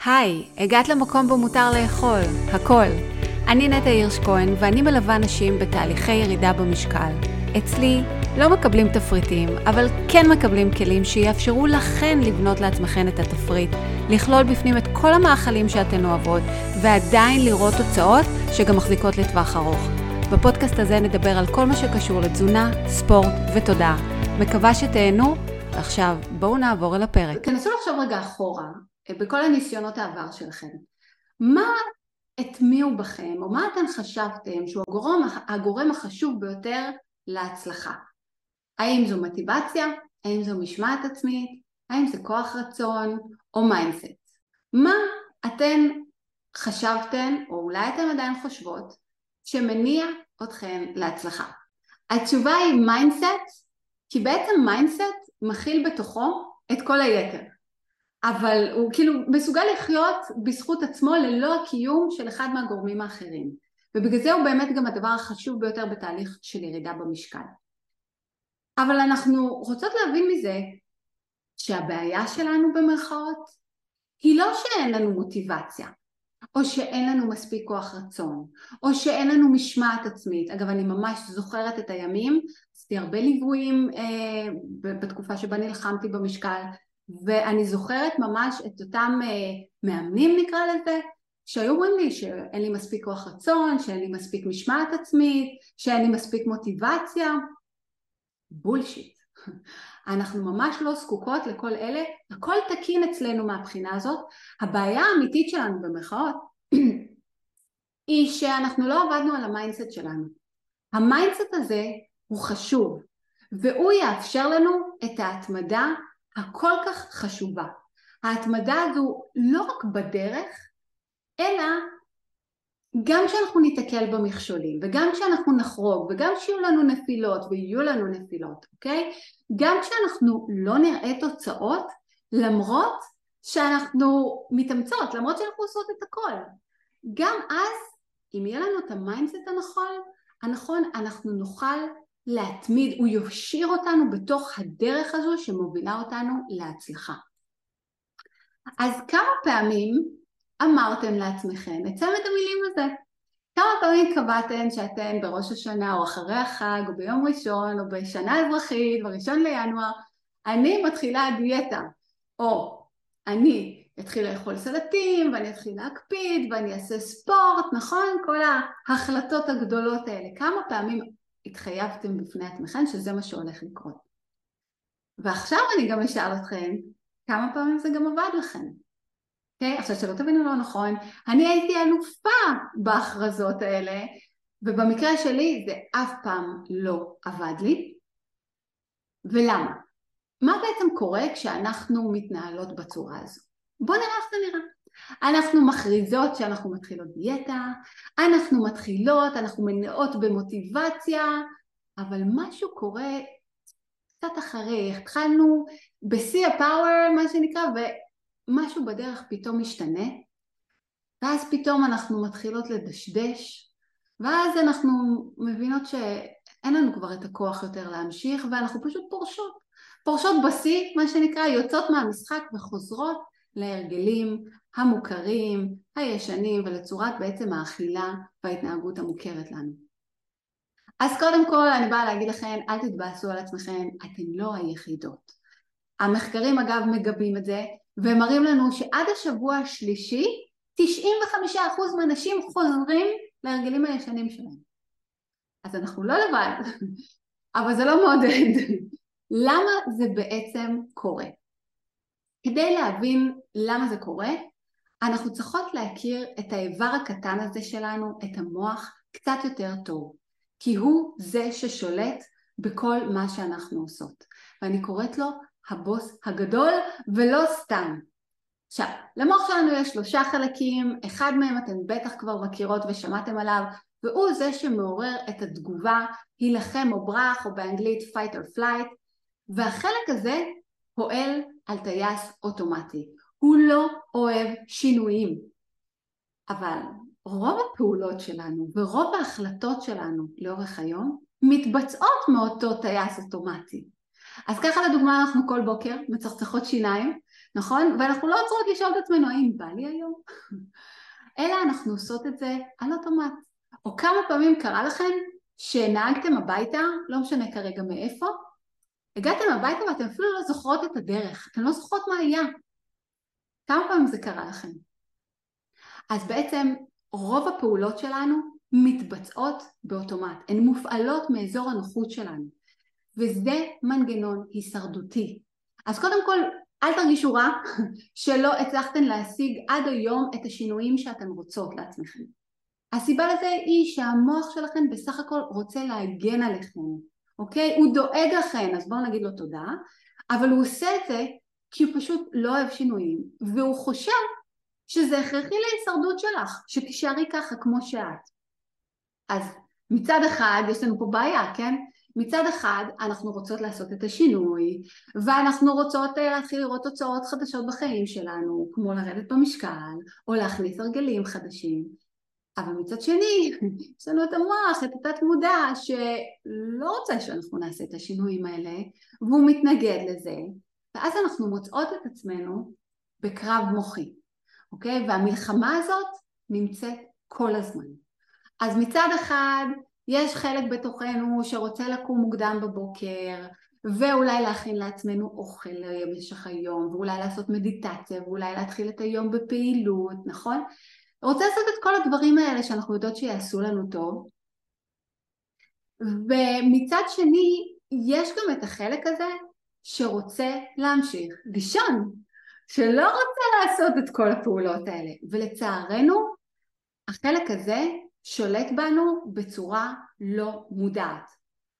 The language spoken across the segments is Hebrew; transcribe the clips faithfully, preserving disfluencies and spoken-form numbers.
היי, הגעת למקום בו מותר לאכול, הכל. אני נטע הירש כהן ואני מלווה נשים בתהליכי ירידה במשקל. אצלי לא מקבלים תפריטים, אבל כן מקבלים כלים שיאפשרו לכן לבנות לעצמכן את התפריט, לכלול בפנים את כל המאכלים שאתן אוהבות, ועדיין לראות תוצאות שגם מחזיקות לטווח ארוך. בפודקאסט הזה נדבר על כל מה שקשור לתזונה, ספורט ותודעה. מקווה שתהנו, ועכשיו בואו נעבור אל הפרק. תנסו לחשוב רגע אחורה, בכל הניסיונות העבר שלכם. מה התמיעו בכם, או מה אתן חשבתם שהוא הגורם, הגורם החשוב ביותר להצלחה? האם זו מוטיבציה? האם זו משמעת עצמית? האם זה כוח רצון? או מיינדסט? מה אתן חשבתן, או אולי אתן עדיין חושבות, שמניע אתכן להצלחה? התשובה היא מיינדסט, כי בעצם מיינדסט מכיל בתוכו את כל היתר. אבל הוא כאילו מסוגל לחיות בזכות עצמו ללא הקיום של אחד מהגורמים האחרים. ובגלל זה הוא באמת גם הדבר החשוב ביותר בתהליך של ירידה במשקל. אבל אנחנו רוצות להבין מזה שהבעיה שלנו במרכאות היא לא שאין לנו מוטיבציה, או שאין לנו מספיק כוח רצון, או שאין לנו משמעת עצמית. אגב, אני ממש זוכרת את הימים, עשיתי הרבה ליוויים אה, בתקופה שבה נלחמתי במשקל, ואני זוכרת ממש את אותם אה, מאמנים נקרא לזה, שהיו אומרים לי שאין לי מספיק כוח רצון, שאין לי מספיק משמעת עצמית, שאין לי מספיק מוטיבציה. בולשיט. אנחנו ממש לא זקוקות לכל אלה, הכל תקין אצלנו מהבחינה הזאת. הבעיה האמיתית שלנו במרכאות היא שאנחנו לא עבדנו על המיינדסט שלנו. המיינדסט הזה הוא חשוב, והוא יאפשר לנו את ההתמדה הכל כך חשובה. ההתמדה הזו לא רק בדרך, אלא גם כשאנחנו ניתקל במכשולים, וגם כשאנחנו נחרוג, וגם שיהיו לנו נפילות, ויהיו לנו נפילות, אוקיי? גם כשאנחנו לא נראה תוצאות, למרות שאנחנו מתאמצות, למרות שאנחנו עושות את הכל. גם אז, אם יהיה לנו את המיינדסט הנכון, הנכון, אנחנו נוכל להתמיד, הוא יושיר אותנו בתוך הדרך הזו שמובילה אותנו להצלחה. אז כמה פעמים אמרתם לעצמכם את צמד המילים הזה? כמה פעמים קבעתם שאתם בראש השנה או אחרי החג או ביום ראשון או בשנה אזרחית בראשון לינואר, אני מתחילה דיאטה, או אני אתחיל לאכול סלטים ואני אתחיל להקפיד ואני אעשה ספורט, נכון? כל ההחלטות הגדולות האלה. כמה פעמים התחייבתם בפני עצמכם שזה מה שהולך לקרות? ועכשיו אני גם אשאל אתכם, כמה פעמים זה גם עבד לכם? Okay, עכשיו שלא תבינו לא נכון, אני הייתי אלופה בהכרזות האלה, ובמקרה שלי זה אף פעם לא עבד לי. ולמה? מה בעצם קורה כשאנחנו מתנהלות בצורה הזו? בואו נראה איך זה נראה. אנחנו מכריזות שאנחנו מתחילות דיאטה, אנחנו מתחילות, אנחנו מנעות במוטיבציה, אבל משהו קורה קצת אחרי, התחלנו בשיא הפאוור מה שנקרא, ו... משהו בדרך פתאום משתנה, ואז פתאום אנחנו מתחילות לדשדש, ואז אנחנו מבינות שאין לנו כבר את הכוח יותר להמשיך, ואנחנו פשוט פורשות, פורשות בשיא, מה שנקרא, יוצאות מהמשחק וחוזרות להרגלים המוכרים, הישנים, ולצורת בעצם האכילה וההתנהגות המוכרת לנו. אז קודם כל אני באה להגיד לכם, אל תתבאסו על עצמכם, אתן לא היחידות. המחקרים אגב מגבים את זה, ומראים לנו שעד השבוע השלישי, תשעים וחמישה אחוז מהאנשים חוזרים להרגלים הישנים שלהם. אז אנחנו לא לבד, אבל זה לא מעודד. למה זה בעצם קורה? כדי להבין למה זה קורה, אנחנו צריכות להכיר את האיבר הקטן הזה שלנו, את המוח, קצת יותר טוב. כי הוא זה ששולט בכל מה שאנחנו עושות. ואני קוראת לו, הבוס הגדול, ולא סתם. עכשיו, למוח שלנו יש שלושה חלקים, אחד מהם אתם בטח כבר מכירות ושמעתם עליו, והוא זה שמעורר את התגובה, הילחם או ברח, או באנגלית fight or flight, והחלק הזה פועל על טייס אוטומטי. הוא לא אוהב שינויים. אבל רוב הפעולות שלנו ורוב ההחלטות שלנו לאורך היום מתבצעות מאותו טייס אוטומטי. אז ככה לדוגמה אנחנו כל בוקר מצחצחות שיניים, נכון? ואנחנו לא צריכות לשאול את עצמנו, האם בא לי היום? אלא אנחנו עושות את זה על אוטומט. או כמה פעמים קרה לכם שנהגתם הביתה, לא משנה כרגע מאיפה, הגעתם הביתה ואתם אפילו לא זוכרות את הדרך, אתם לא זוכרות מה היה. כמה פעמים זה קרה לכם? אז בעצם רוב הפעולות שלנו מתבצעות באוטומט, הן מופעלות מאזור הנוחות שלנו, וזה מנגנון הישרדותי. אז קודם כל, אל תרגישו רע שלא הצלחתן להשיג עד היום את השינויים שאתן רוצות לעצמכם. הסיבה לזה היא שהמוח שלכם בסך הכל רוצה להגן עליכם, אוקיי? הוא דואג לכם, אז בואו נגיד לו תודה, אבל הוא עושה את זה כי הוא פשוט לא אוהב שינויים, והוא חושב שזה הכרחי להישרדות שלך, שתישארי ככה כמו שאת. אז מצד אחד יש לנו פה בעיה, כן? מצד אחד אנחנו רוצות לעשות את השינוי, ואנחנו רוצות להתחיל לראות תוצאות חדשות בחיים שלנו, כמו לרדת במשקל, או להכניס הרגלים חדשים. אבל מצד שני, יש לנו את המוח, את התת מודע, שלא רוצה שאנחנו נעשה את השינויים האלה, והוא מתנגד לזה, ואז אנחנו מוצאות את עצמנו בקרב מוחי, אוקיי? והמלחמה הזאת נמצאת כל הזמן. אז מצד אחד, יש חלק בתוכנו שרוצה לקום מוקדם בבוקר, ואולי להכין לעצמנו אוכל למשך היום, ואולי לעשות מדיטציה, ואולי להתחיל את היום בפעילות, נכון? רוצה לעשות את כל הדברים האלה שאנחנו יודעות שיעשו לנו טוב. ומצד שני, יש גם את החלק הזה שרוצה להמשיך לישון, שלא רוצה לעשות את כל הפעולות האלה. ולצערנו, החלק הזה שולט בנו בצורה לא מודעת.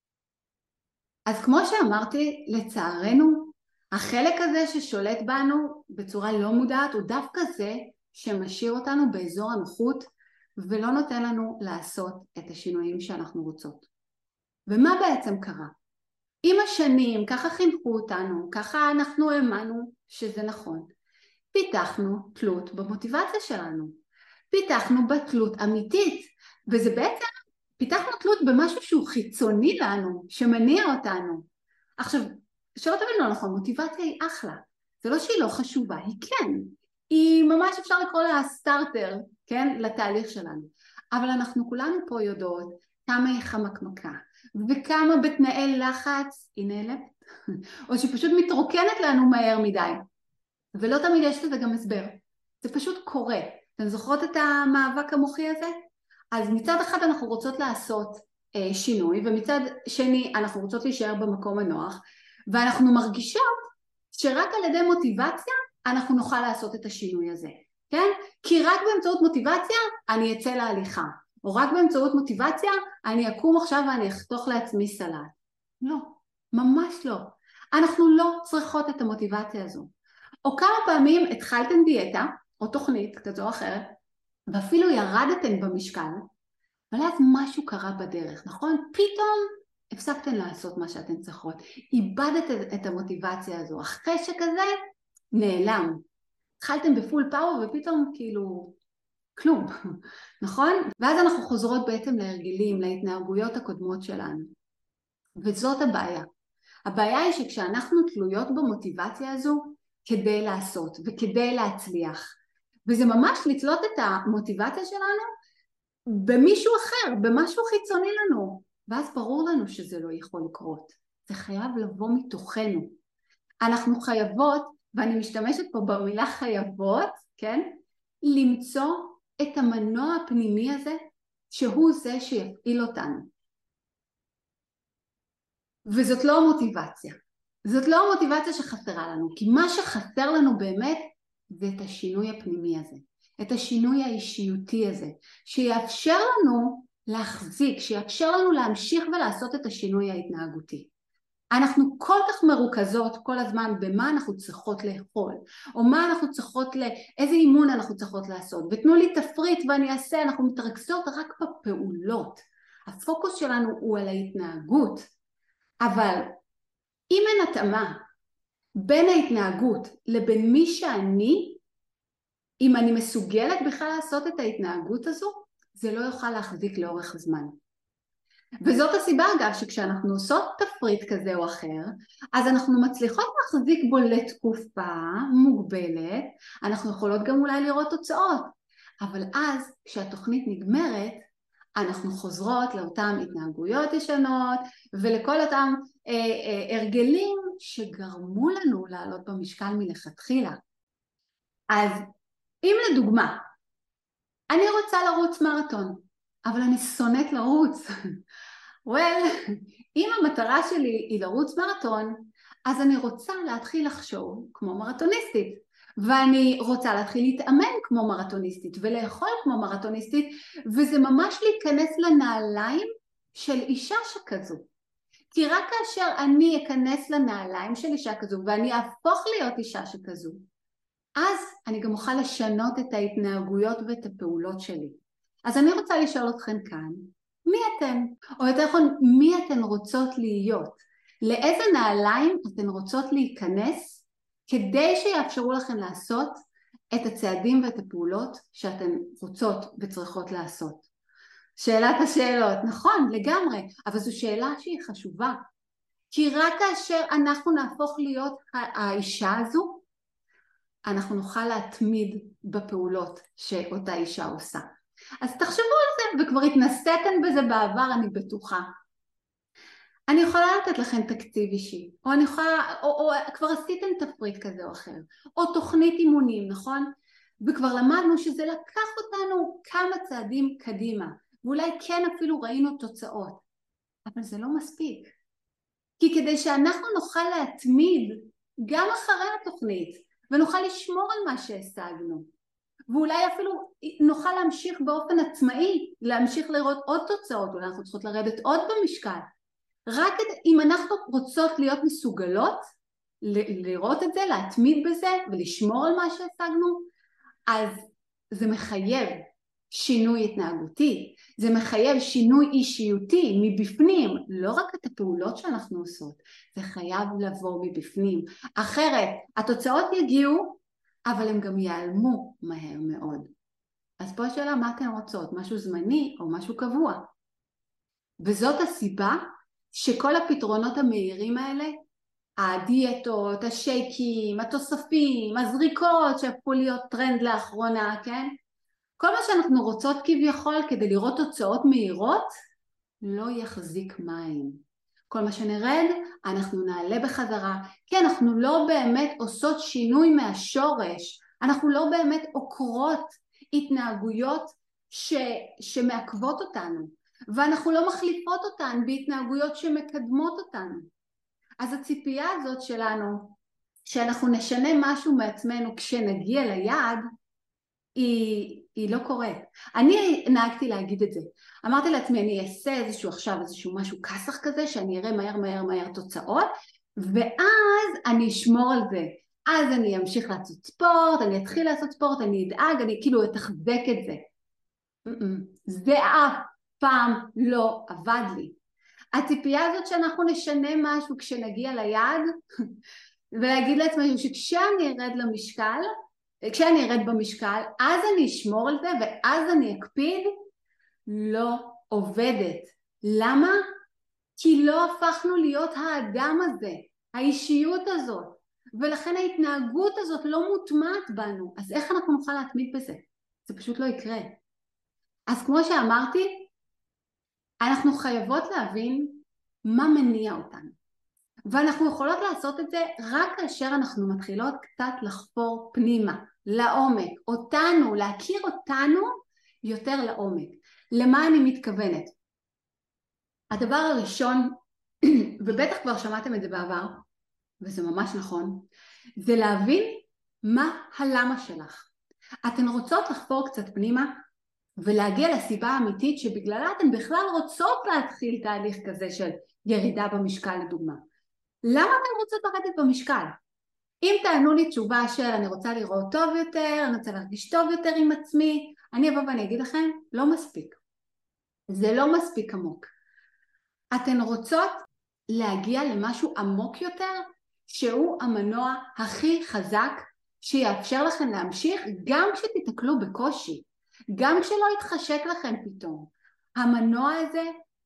אז כמו שאמרתי, לצערנו, החלק הזה ששולט בנו בצורה לא מודעת הוא דווקא זה שמשאיר אותנו באזור הנוחות ולא נותן לנו לעשות את השינויים שאנחנו רוצות. ומה בעצם קרה? עם השנים, ככה חינכו אותנו, ככה אנחנו האמנו שזה נכון. פיתחנו תלות במוטיבציה שלנו. פיתחנו בתלות אמיתית, וזה בעצם, פיתחנו תלות במשהו שהוא חיצוני לנו, שמניע אותנו. עכשיו, שלא תבין לא נכון, מוטיבציה היא אחלה. זה לא שהיא לא חשובה, היא כן. היא ממש אפשר לקרוא לה סטארטר, כן, לתהליך שלנו. אבל אנחנו כולנו פה יודעות כמה היא חמקמקה, וכמה בתנאי לחץ היא נעלמת, או שפשוט מתרוקנת לנו מהר מדי. ולא תמיד יש לזה גם הסבר. זה פשוט קורה. אתן זוכרות את המאבק המוחי הזה? אז מצד אחד אנחנו רוצות לעשות אה, שינוי, ומצד שני אנחנו רוצות להישאר במקום הנוח, ואנחנו מרגישות שרק על ידי מוטיבציה אנחנו נוכל לעשות את השינוי הזה, כן? כי רק באמצעות מוטיבציה אני אצא להליכה, או רק באמצעות מוטיבציה אני אקום עכשיו ואני אחתוך לעצמי סלט. לא, ממש לא. אנחנו לא צריכות את המוטיבציה הזו. או כמה פעמים התחלתם דיאטה, או תוכנית כזו או אחרת, ואפילו ירדתם במשקל, אבל אז משהו קרה בדרך, נכון? פתאום הפסקתם לעשות מה שאתם צריכות, איבדתם את המוטיבציה הזו, החשק הזה נעלם. התחלתם בפול פאוור ופתאום כאילו כלום, נכון? ואז אנחנו חוזרות בעצם להרגלים, להתנהגויות הקודמות שלנו. וזאת הבעיה. הבעיה היא שכשאנחנו תלויות במוטיבציה הזו כדי לעשות וכדי להצליח, וזה ממש לתלות את המוטיבציה שלנו במישהו אחר, במשהו חיצוני לנו, ואז ברור לנו שזה לא יכול לקרות. זה חייב לבוא מתוכנו. אנחנו חייבות, ואני משתמשת פה במילה חייבות, כן? למצוא את המנוע הפנימי הזה, שהוא זה שיפעיל אותנו. וזאת לא המוטיבציה. זאת לא המוטיבציה שחסרה לנו, כי מה שחסר לנו באמת זה את השינוי הפנימי הזה, את השינוי האישיותי הזה, שיאפשר לנו להחזיק, שיאפשר לנו להמשיך ולעשות את השינוי ההתנהגותי. אנחנו כל כך מרוכזות כל הזמן במה אנחנו צריכות לאכול, או מה אנחנו צריכות, ל... איזה אימון אנחנו צריכות לעשות, ותנו לי תפריט ואני אעשה, אנחנו מתרכזות רק בפעולות. הפוקוס שלנו הוא על ההתנהגות, אבל אם אין התאמה בין ההתנהגות לבין מי שאני, אם אני מסוגלת בכלל לעשות את ההתנהגות הזו, זה לא יוכל להחזיק לאורך זמן. וזאת הסיבה אגב שכשאנחנו עושות תפריט כזה או אחר, אז אנחנו מצליחות להחזיק בו לתקופה מוגבלת, אנחנו יכולות גם אולי לראות תוצאות, אבל אז כשהתוכנית נגמרת, אנחנו חוזרות לאותן התנהגויות ישנות, ולכל אותם אה, אה, הרגלים שגרמו לנו לעלות במשקל מלכתחילה. אז אם לדוגמה, אני רוצה לרוץ מרתון, אבל אני שונאת לרוץ. well, אם המטרה שלי היא לרוץ מרתון, אז אני רוצה להתחיל לחשוב כמו מרתוניסטית, ואני רוצה להתחיל להתאמן כמו מרתוניסטית, ולאכול כמו מרתוניסטית, וזה ממש להיכנס לנעליים של אישה שכזו. כי רק כאשר אני אכנס לנעליים של אישה כזו, ואני אהפוך להיות אישה שכזו, אז אני גם אוכל לשנות את ההתנהגויות ואת הפעולות שלי. אז אני רוצה לשאול אתכם כאן, מי אתן? או יותר נכון, מי אתן רוצות להיות? לאיזה נעליים אתן רוצות להיכנס כדי שיאפשרו לכם לעשות את הצעדים ואת הפעולות שאתן רוצות וצריכות לעשות? שאלת השאלות, נכון, לגמרי, אבל זו שאלה שהיא חשובה. כי רק כאשר אנחנו נהפוך להיות האישה הזו, אנחנו נוכל להתמיד בפעולות שאותה אישה עושה. אז תחשבו על זה, וכבר התנסיתם בזה בעבר, אני בטוחה. אני יכולה לתת לכם תקציב אישי, או, אני יכולה, או, או כבר עשיתם תפריט כזה או אחר, או תוכנית אימונים, נכון? וכבר למדנו שזה לקח אותנו כמה צעדים קדימה, ואולי כן אפילו ראינו תוצאות, אבל זה לא מספיק. כי כדי שאנחנו נוכל להתמיד גם אחרי התוכנית, ונוכל לשמור על מה שהשגנו, ואולי אפילו נוכל להמשיך באופן עצמאי, להמשיך לראות עוד תוצאות, אולי אנחנו צריכות לרדת עוד במשקל. רק אם אנחנו רוצות להיות מסוגלות לראות את זה, להתמיד בזה ולשמור על מה שהשגנו, אז זה מחייב שינוי התנהגותי, זה מחייב שינוי אישיותי מבפנים, לא רק את הפעולות שאנחנו עושות, זה חייב לבוא מבפנים, אחרת התוצאות יגיעו, אבל הם גם ייעלמו מהר מאוד. אז פה השאלה, מה אתן רוצות? משהו זמני או משהו קבוע? וזאת הסיבה שכל הפתרונות המהירים האלה, הדיאטות, השייקים, התוספים, הזריקות שהפכו להיות טרנד לאחרונה, כן? כל מה שאנחנו רוצות כביכול כדי לראות תוצאות מהירות, לא יחזיק מים. כל מה שנרד, אנחנו נעלה בחזרה, כי אנחנו לא באמת עושות שינוי מהשורש, אנחנו לא באמת עוקרות התנהגויות ש... שמעכבות אותנו, ואנחנו לא מחליפות אותן בהתנהגויות שמקדמות אותנו. אז הציפייה הזאת שלנו, שאנחנו נשנה משהו מעצמנו כשנגיע ליעד, היא, היא לא קורית. אני נהגתי להגיד את זה. אמרתי לעצמי, אני אעשה איזשהו עכשיו, איזשהו משהו כסח כזה, שאני אראה מהר מהר מהר תוצאות, ואז אני אשמור על זה. אז אני אמשיך לעשות ספורט, אני אתחיל לעשות ספורט, אני אדאג, אני כאילו אתחזק את זה. זה אף פעם לא עבד לי. הציפייה הזאת שאנחנו נשנה משהו כשנגיע ליעד, ולהגיד לעצמי שכשאני ארד למשקל, כשאני ארד במשקל, אז אני אשמור על זה, ואז אני אקפיד, לא עובדת. למה? כי לא הפכנו להיות האדם הזה, האישיות הזאת, ולכן ההתנהגות הזאת לא מוטמעת בנו. אז איך אנחנו נוכל להתמיד בזה? זה פשוט לא יקרה. אז כמו שאמרתי, אנחנו חייבות להבין מה מניע אותנו. ואנחנו יכולות לעשות את זה רק כאשר אנחנו מתחילות קצת לחפור פנימה, לעומק, אותנו, להכיר אותנו יותר לעומק. למה אני מתכוונת? הדבר הראשון, ובטח כבר שמעתם את זה בעבר, וזה ממש נכון, זה להבין מה הלמה שלך. אתן רוצות לחפור קצת פנימה, ולהגיע לסיבה האמיתית שבגללה אתן בכלל רוצות להתחיל תהליך כזה של ירידה במשקל לדוגמה. למה אתן רוצות לרדת במשקל? אם תענו לי תשובה של אני רוצה לראות טוב יותר, אני רוצה להרגיש טוב יותר עם עצמי, אני אבוא ואני אגיד לכם, לא מספיק. זה לא מספיק עמוק. אתן רוצות להגיע למשהו עמוק יותר, שהוא המנוע הכי חזק שיאפשר לכם להמשיך גם כשתתקלו בקושי, גם כשלא יתחשק לכם פתאום. המנוע הזה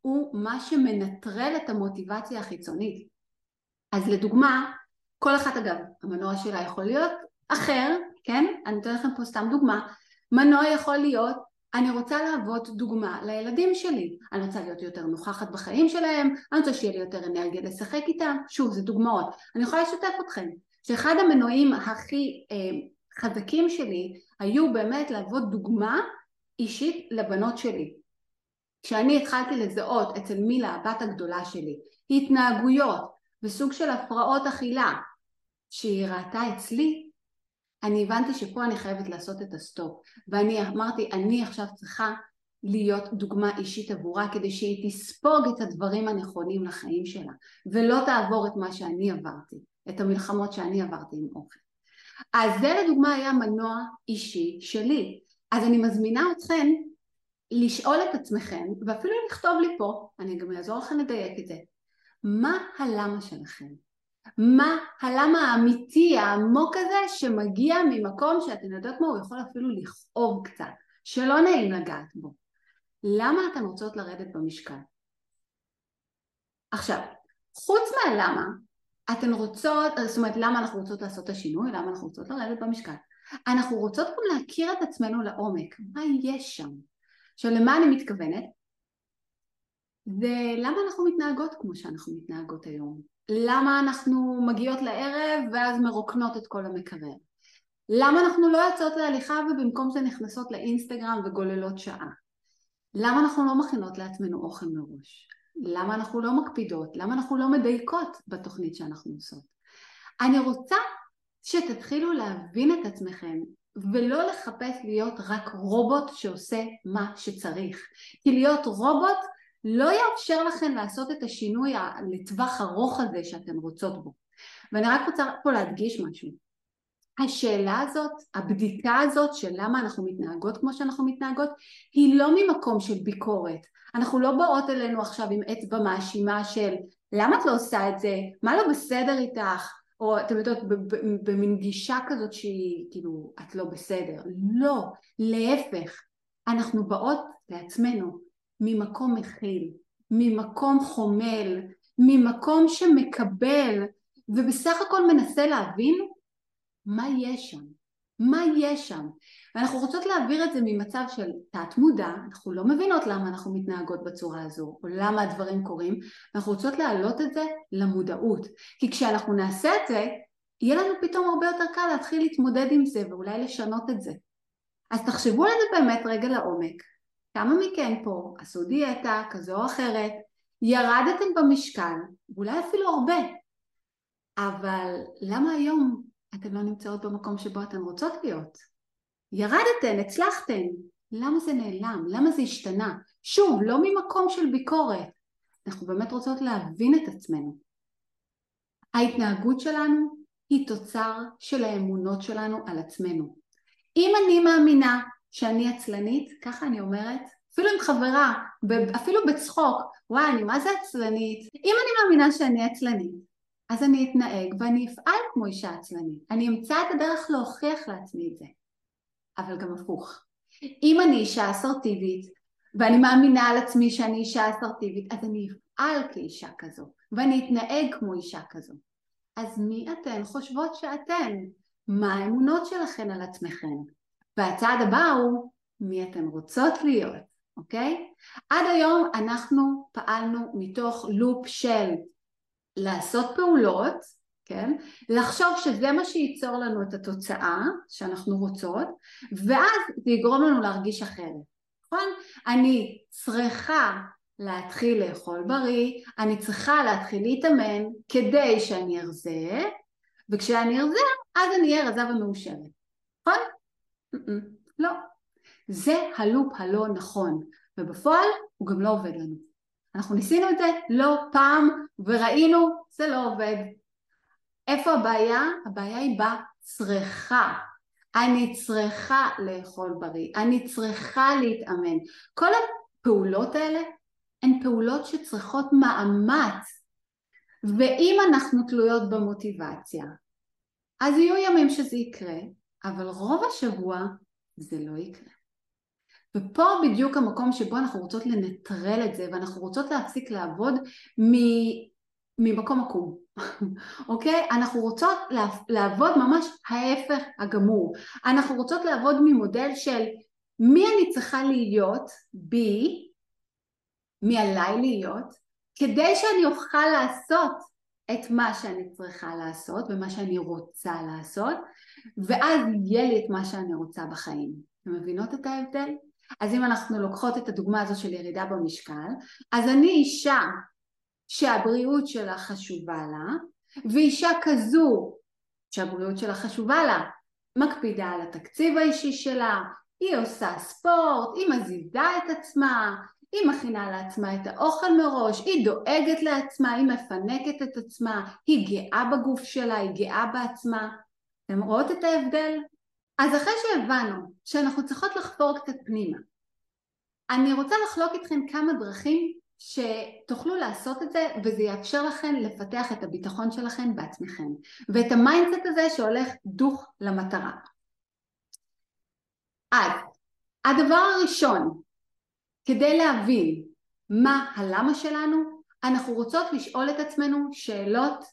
הוא מה שמנטרל את המוטיבציה החיצונית. אז לדוגמה, כל אחת אגב, המנוע שלה יכול להיות אחר, כן? אני אתן לכם פה סתם דוגמה. מנוע יכול להיות, אני רוצה להוות דוגמה לילדים שלי. אני רוצה להיות יותר נוכחת בחיים שלהם, אני רוצה שיהיה לי יותר אנרגיה לשחק איתם. שוב, זה דוגמאות. אני יכולה לשתף אתכם, שאחד המנועים הכי אה, חזקים שלי, היו באמת להוות דוגמה אישית לבנות שלי. כשאני התחלתי לזהות אצל מילה, הבת הגדולה שלי, התנהגויות וסוג של הפרעות אכילה שהיא ראתה אצלי, אני הבנתי שפה אני חייבת לעשות את הסטופ. ואני אמרתי, אני עכשיו צריכה להיות דוגמה אישית עבורה, כדי שהיא תספוג את הדברים הנכונים לחיים שלה, ולא תעבור את מה שאני עברתי, את המלחמות שאני עברתי עם אוכל. אז זה לדוגמה היה מנוע אישי שלי. אז אני מזמינה אתכם לשאול את עצמכם, ואפילו לכתוב לי פה, אני גם אעזור לכם לדייק את זה, מה הלמה שלכם? מה הלמה האמיתי, העמוק הזה, שמגיע ממקום שאתם יודעות מה, הוא יכול אפילו לכאוב קצת, שלא נעים לגעת בו. למה אתן רוצות לרדת במשקל? עכשיו, חוץ מהלמה, אתן רוצות, זאת אומרת, למה אנחנו רוצות לעשות את השינוי, למה אנחנו רוצות לרדת במשקל? אנחנו רוצות גם להכיר את עצמנו לעומק, מה יש שם? עכשיו, למה אני מתכוונת? ולמה אנחנו מתנהגות כמו שאנחנו מתנהגות היום? למה אנחנו מגיעות לערב ואז מרוקנות את כל המקרר? למה אנחנו לא יוצאות להליכה ובמקום זה נכנסות לאינסטגרם וגוללות שעה? למה אנחנו לא מכינות לעצמנו אוכל מראש? למה אנחנו לא מקפידות? למה אנחנו לא מדייקות בתוכנית שאנחנו עושות? אני רוצה שתתחילו להבין את עצמכם ולא לחפש להיות רק רובוט שעושה מה שצריך. כי להיות רובוט לא יאפשר לכם לעשות את השינוי לטווח ארוך הזה שאתן רוצות בו. ואני רק רוצה פה להדגיש משהו. השאלה הזאת, הבדיקה הזאת של למה אנחנו מתנהגות כמו שאנחנו מתנהגות, היא לא ממקום של ביקורת. אנחנו לא באות אלינו עכשיו עם אצבע מאשימה של למה את לא עושה את זה, מה לא בסדר איתך, או אתם יודעות במין גישה כזאת שהיא כאילו את לא בסדר. לא, להפך, אנחנו באות לעצמנו ממקום מכיל, ממקום חומל, ממקום שמקבל, ובסך הכל מנסה להבין מה יש שם, מה יש שם. ואנחנו רוצות להעביר את זה ממצב של תת מודע, אנחנו לא מבינות למה אנחנו מתנהגות בצורה הזו, או למה הדברים קורים, אנחנו רוצות להעלות את זה למודעות. כי כשאנחנו נעשה את זה, יהיה לנו פתאום הרבה יותר קל להתחיל להתמודד עם זה, ואולי לשנות את זה. אז תחשבו על זה באמת רגע לעומק. כמה מכן פה עשו דיאטה כזו או אחרת, ירדתם במשקל, ואולי אפילו הרבה. אבל למה היום אתן לא נמצאות במקום שבו אתן רוצות להיות? ירדתן, הצלחתן. למה זה נעלם? למה זה השתנה? שוב, לא ממקום של ביקורת. אנחנו באמת רוצות להבין את עצמנו. ההתנהגות שלנו היא תוצר של האמונות שלנו על עצמנו. אם אני מאמינה שאני עצלנית, ככה אני אומרת, אפילו עם חברה, אפילו בצחוק, וואי, אני מה זה עצלנית? אם אני מאמינה שאני עצלנית, אז אני אתנהג ואני אפעל כמו אישה עצלנית. אני אמצא את הדרך להוכיח לעצמי את זה. אבל גם הפוך. אם אני אישה אסרטיבית, ואני מאמינה על עצמי שאני אישה אסרטיבית, אז אני אפעל כאישה כזו, ואני אתנהג כמו אישה כזו. אז מי אתן חושבות שאתן? מה האמונות שלכן על עצמכן? והצעד הבא הוא, מי אתן רוצות להיות, אוקיי? עד היום אנחנו פעלנו מתוך לופ של לעשות פעולות, כן? לחשוב שזה מה שייצור לנו את התוצאה שאנחנו רוצות, ואז זה יגרום לנו להרגיש אחרת, נכון? אני צריכה להתחיל לאכול בריא, אני צריכה להתחיל להתאמן כדי שאני ארזה, וכשאני ארזה, אז אני אהיה רזה ומאושרת, נכון? לא. זה הלופ הלא נכון, ובפועל הוא גם לא עובד לנו. אנחנו ניסינו את זה לא פעם, וראינו, זה לא עובד. איפה הבעיה? הבעיה היא בצריכה. אני צריכה לאכול בריא, אני צריכה להתאמן. כל הפעולות האלה הן פעולות שצריכות מאמץ, ואם אנחנו תלויות במוטיבציה, אז יהיו ימים שזה יקרה, אבל רוב השבוע זה לא יקרה. ופה בדיוק המקום שבו אנחנו רוצות לנטרל את זה, ואנחנו רוצות להפסיק לעבוד ממקום עקום. אוקיי? אנחנו רוצות לעבוד ממש ההפך הגמור. אנחנו רוצות לעבוד ממודל של מי אני צריכה להיות בי, מי עליי להיות, כדי שאני אוכל לעשות את מה שאני צריכה לעשות ומה שאני רוצה לעשות, ואז יהיה לי את מה שאני רוצה בחיים. אתם מבינות את ההבדל? אז אם אנחנו לוקחות את הדוגמה הזו של ירידה במשקל, אז אני אישה שהבריאות שלה חשובה לה, ואישה כזו שהבריאות שלה חשובה לה, מקפידה על התקציב האישי שלה, היא עושה ספורט, היא מזיזה את עצמה, היא מכינה לעצמה את האוכל מראש, היא דואגת לעצמה, היא מפנקת את עצמה, היא גאה בגוף שלה, היא גאה בעצמה. אתם רואות את ההבדל? אז אחרי שהבנו שאנחנו צריכות לחפור קצת פנימה, אני רוצה לחלוק איתכם כמה דרכים שתוכלו לעשות את זה, וזה יאפשר לכם לפתח את הביטחון שלכם בעצמכם, ואת המיינדסט הזה שהולך דוך למטרה. אז הדבר הראשון, כדי להבין מה הלמה שלנו, אנחנו רוצות לשאול את עצמנו שאלות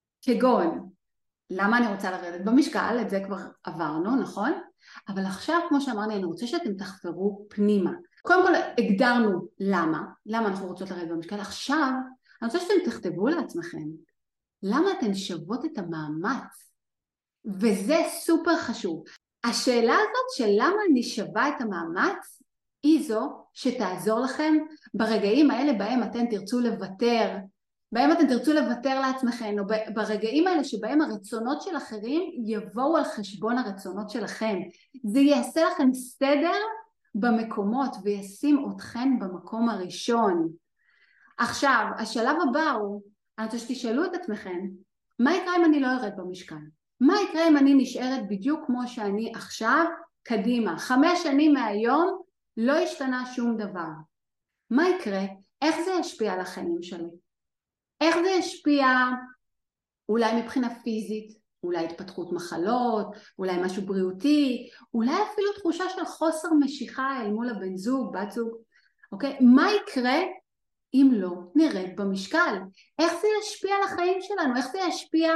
כגון, למה אני רוצה לרדת במשקל? את זה כבר עברנו, נכון? אבל עכשיו, כמו שאמרתי, אני רוצה שאתם תחפרו פנימה. קודם כל, הגדרנו למה, למה אנחנו רוצות לרדת במשקל. עכשיו, אני רוצה שאתם תכתבו לעצמכם, למה אתן שוות את המאמץ? וזה סופר חשוב. השאלה הזאת של למה אני שווה את המאמץ, היא זו שתעזור לכם ברגעים האלה בהם אתם תרצו לוותר, בהם אתם תרצו לוותר לעצמכם, או ברגעים האלה שבהם הרצונות של אחרים יבואו על חשבון הרצונות שלכם. זה יעשה לכם סדר במקומות וישים אתכם במקום הראשון. עכשיו, השלב הבא הוא, אני רוצה שתשאלו את עצמכם, מה יקרה אם אני לא ארד במשקל? מה יקרה אם אני נשארת בדיוק כמו שאני עכשיו, קדימה? חמש שנים מהיום לא השתנה שום דבר. מה יקרה? איך זה ישפיע על החיים שלי? איך זה ישפיע אולי מבחינה פיזית, אולי התפתחות מחלות, אולי משהו בריאותי, אולי אפילו תחושה של חוסר משיכה אל מול הבן זוג, בת זוג, אוקיי? מה יקרה אם לא נרד במשקל? איך זה ישפיע על החיים שלנו? איך זה ישפיע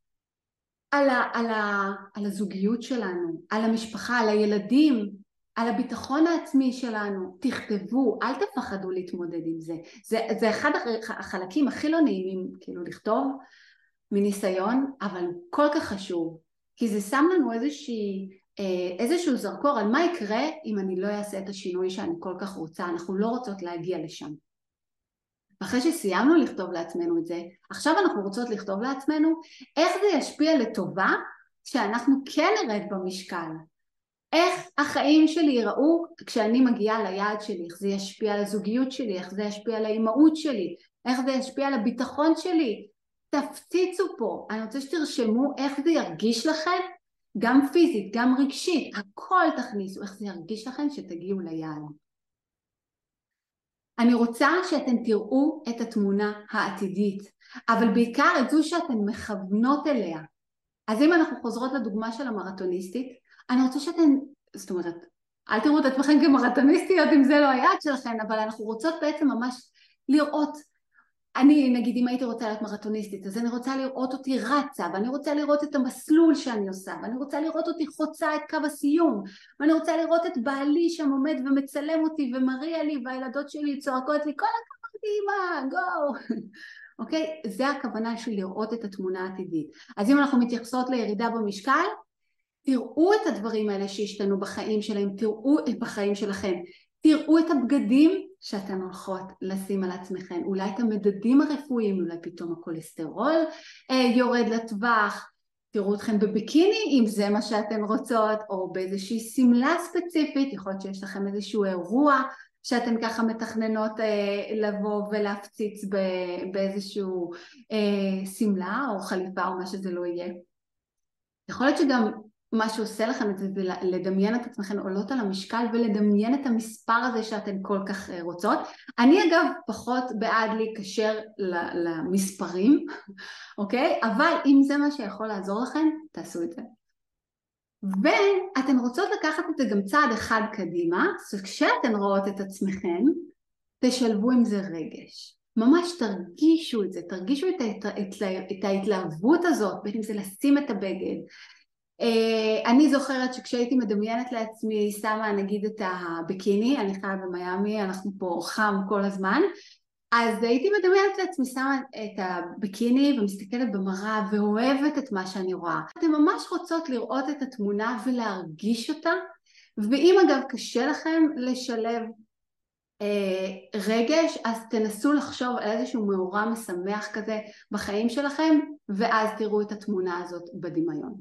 על, ה, על, ה, על הזוגיות שלנו, על המשפחה, על הילדים, על הביטחון העצמי שלנו? תכתבו, אל תפחדו להתמודד עם זה. זה, זה אחד החלקים הכי לא נעימים, כאילו לכתוב מניסיון, אבל הוא כל כך חשוב, כי זה שם לנו איזושהי, איזשהו זרקור על מה יקרה אם אני לא אעשה את השינוי שאני כל כך רוצה. אנחנו לא רוצות להגיע לשם. אחרי שסיימנו לכתוב לעצמנו את זה, עכשיו אנחנו רוצות לכתוב לעצמנו איך זה ישפיע לטובה שאנחנו כן נרד במשקל. איך החיים שלי ייראו כשאני מגיעה ליעד שלי, איך זה ישפיע על הזוגיות שלי, איך זה ישפיע על האימהות שלי, איך זה ישפיע על הביטחון שלי. תפציצו פה, אני רוצה שתרשמו איך זה ירגיש לכם, גם פיזית, גם רגשית, הכל תכניסו, איך זה ירגיש לכם שתגיעו ליעד. אני רוצה שאתם תראו את התמונה העתידית, אבל בעיקר את זו שאתן מכוונות אליה. אז אם אנחנו חוזרות לדוגמה של המרתוניסטית, אני רוצה שאתן, זאת אומרת, אל תראו את עצמכם כמרתוניסטיות אם זה לא היעד שלכם, אבל אנחנו רוצות בעצם ממש לראות, אני נגיד אם הייתי רוצה להיות מרתוניסטית, אז אני רוצה לראות אותי רצה, ואני רוצה לראות את המסלול שאני עושה, ואני רוצה לראות אותי חוצה את קו הסיום, ואני רוצה לראות את בעלי שם עומד ומצלם אותי ומריע לי, והילדות שלי צועקות לי, כל הכבוד אמא, גו! אוקיי? זה הכוונה של לראות את התמונה העתידית. אז אם אנחנו מתייחסות לירידה במשקל, תראו את הדברים האלה שהשתנו בחיים שלהם, תראו בחיים שלכם, תראו את הבגדים שאתן הולכות לשים על עצמכם, אולי את המדדים הרפואיים, אולי פתאום הכולסטרול אה, יורד לטווח, תראו אתכם בביקיני אם זה מה שאתן רוצות, או באיזושהי סמלה ספציפית, יכול להיות שיש לכם איזשהו אירוע שאתן ככה מתכננות אה, לבוא ולהפציץ באיזשהו אה, סמלה או חליפה או מה שזה לא יהיה. יכול להיות שגם מה שעושה לכם את זה, זה לדמיין את עצמכם עולות על המשקל ולדמיין את המספר הזה שאתן כל כך רוצות. אני אגב פחות בעד להיקשר למספרים, אוקיי? אבל אם זה מה שיכול לעזור לכם, תעשו את זה. ואתן רוצות לקחת את זה גם צעד אחד קדימה, אז כשאתן רואות את עצמכן, תשלבו עם זה רגש. ממש תרגישו את זה, תרגישו את, ההת... את ההתלהבות הזאת, בין אם זה לשים את הבגד. אני זוכרת שכשהייתי מדמיינת לעצמי, שמה נגיד את הביקיני, אני חיה במיימי, אנחנו פה חם כל הזמן, אז הייתי מדמיינת לעצמי, שמה את הביקיני ומסתכלת במראה ואוהבת את מה שאני רואה. אתן ממש רוצות לראות את התמונה ולהרגיש אותה, ואם אגב קשה לכם לשלב אה, רגש, אז תנסו לחשוב על איזשהו מאורע משמח כזה בחיים שלכם, ואז תראו את התמונה הזאת בדמיון.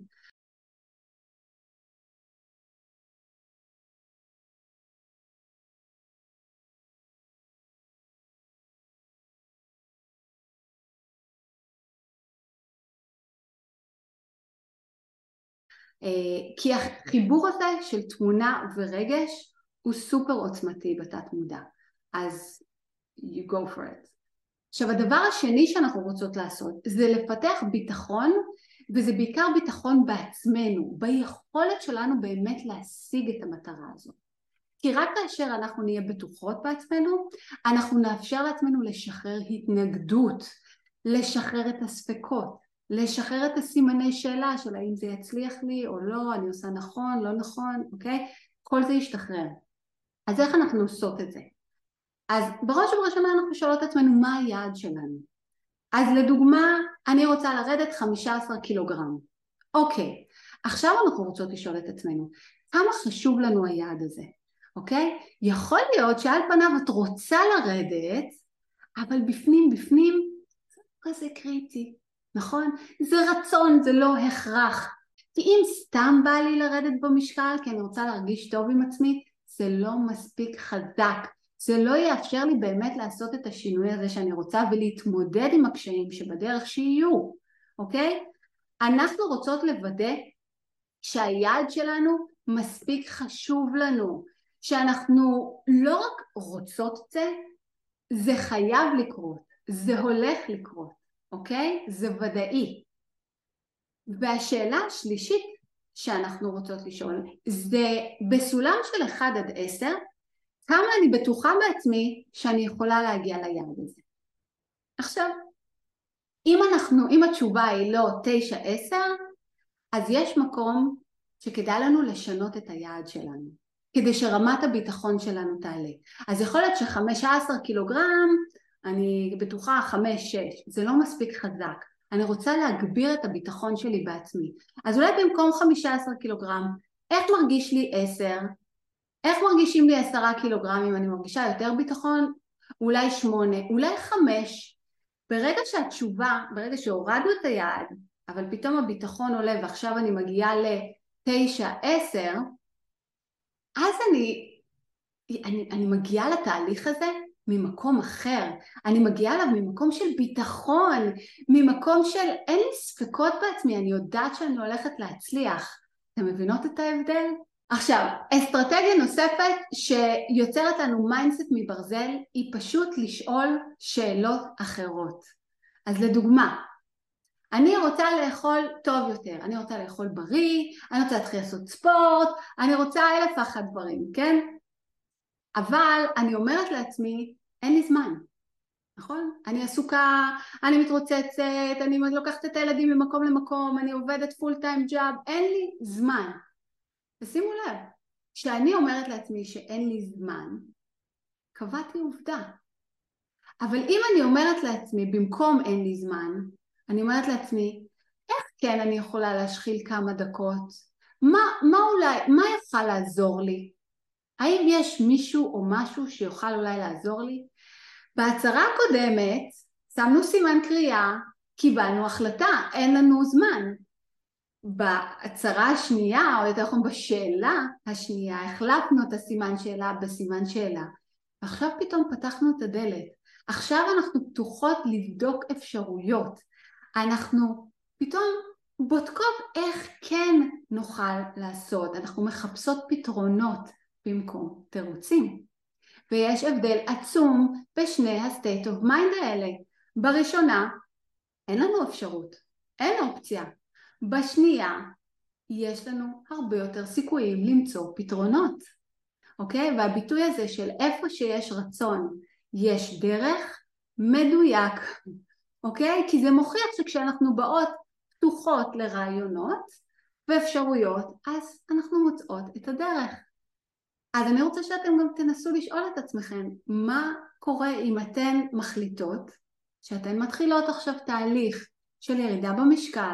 כי החיבור הזה של תמונה ורגש הוא סופר עוצמתי בתת מודע, אז you go for it. עכשיו הדבר השני שאנחנו רוצות לעשות זה לפתח ביטחון, וזה בעיקר ביטחון בעצמנו, ביכולת שלנו באמת להשיג את המטרה הזאת. כי רק כאשר אנחנו נהיה בטוחות בעצמנו, אנחנו נאפשר לעצמנו לשחרר התנגדות, לשחרר את הספקות, לשחרר את הסימני שאלה של האם זה יצליח לי או לא, אני עושה נכון, לא נכון, אוקיי? כל זה ישתחרר. אז איך אנחנו עושות את זה? אז בראש ובראשונה אנחנו שואלות את עצמנו מה היעד שלנו. אז לדוגמה, אני רוצה לרדת חמישה עשר קילוגרם. אוקיי, עכשיו אנחנו רוצות לשאול את עצמנו, כמה חשוב לנו היעד הזה? אוקיי? יכול להיות שעל פניו את רוצה לרדת, אבל בפנים, בפנים, זה כזה קריטי. נכון? זה רצון, זה לא הכרח. כי אם סתם בא לי לרדת במשקל, כי אני רוצה להרגיש טוב עם עצמי, זה לא מספיק חזק. זה לא יאפשר לי באמת לעשות את השינוי הזה שאני רוצה, ולהתמודד עם הקשיים שבדרך שיהיו, אוקיי? אנחנו רוצות לוודא שהיעד שלנו מספיק חשוב לנו, שאנחנו לא רק רוצות את זה, זה חייב לקרות, זה הולך לקרות. אוקיי? זה ודאי. והשאלה השלישית שאנחנו רוצות לשאול, זה בסולם של אחד עד עשר, כמה אני בטוחה בעצמי שאני יכולה להגיע ליעד הזה. עכשיו, אם אנחנו, אם התשובה היא לא תשע עשר, אז יש מקום שכדאי לנו לשנות את היעד שלנו, כדי שרמת הביטחון שלנו תעלה. אז יכול להיות ש-חמישה עשר קילוגרם, אני בטוחה חמש שש, זה לא מספיק חזק. אני רוצה להגביר את הביטחון שלי בעצמי. אז אולי במקום חמישה עשר קילוגרם, איך מרגיש לי עשר? איך מרגישים לי עשרה קילוגרם אם אני מרגישה יותר ביטחון? אולי שמונה, אולי חמש. ברגע שהתשובה, ברגע שהורדנו את היעד, אבל פתאום הביטחון עולה ועכשיו אני מגיעה ל-תשע עשר, אז אני, אני, אני מגיעה לתהליך הזה ממקום אחר. אני מגיעה אליו ממקום של ביטחון, ממקום של אין לי ספקות בעצמי, אני יודעת שאני הולכת להצליח. אתם מבינות את ההבדל? עכשיו, אסטרטגיה נוספת שיוצרת לנו מיינדסט מברזל היא פשוט לשאול שאלות אחרות. אז לדוגמה, אני רוצה לאכול טוב יותר, אני רוצה לאכול בריא, אני רוצה להתחיל לעשות ספורט, אני רוצה אלף ואחת דברים, כן? אבל אני אומרת לעצמי, אין לי זמן, נכון? אני עסוקה, אני מתרוצצת, אני לוקחת את הילדים ממקום למקום, אני עובדת פול טיים ג'אב, אין לי זמן. ושימו לב, כשאני אומרת לעצמי שאין לי זמן, קבעתי עובדה. אבל אם אני אומרת לעצמי, במקום אין לי זמן, אני אומרת לעצמי, איך כן אני יכולה להשחיל כמה דקות? מה, מה אולי, מה יוכל לעזור לי? האם יש מישהו או משהו שיוכל אולי לעזור לי? בהצהרה הקודמת, שמנו סימן קריאה, קיבלנו החלטה, אין לנו זמן. בהצהרה השנייה, או יותר נכון בשאלה השנייה, החלפנו את הסימן שאלה בסימן שאלה. עכשיו פתאום פתחנו את הדלת. עכשיו אנחנו פתוחות לבדוק אפשרויות. אנחנו פתאום בודקות איך כן נוכל לעשות. אנחנו מחפשות פתרונות במקום תירוצים. ויש הבדל עצום בשני ה-state of mind האלה. בראשונה, אין לנו אפשרות, אין אופציה. בשנייה, יש לנו הרבה יותר סיכויים למצוא פתרונות, אוקיי? והביטוי הזה של איפה שיש רצון, יש דרך, מדויק, אוקיי? כי זה מוכיח שכשאנחנו באות פתוחות לרעיונות ואפשרויות, אז אנחנו מוצאות את הדרך. אז אני רוצה שאתם גם תנסו לשאול את עצמכם, מה קורה אם אתן מחליטות, שאתן מתחילות עכשיו תהליך של ירידה במשקל,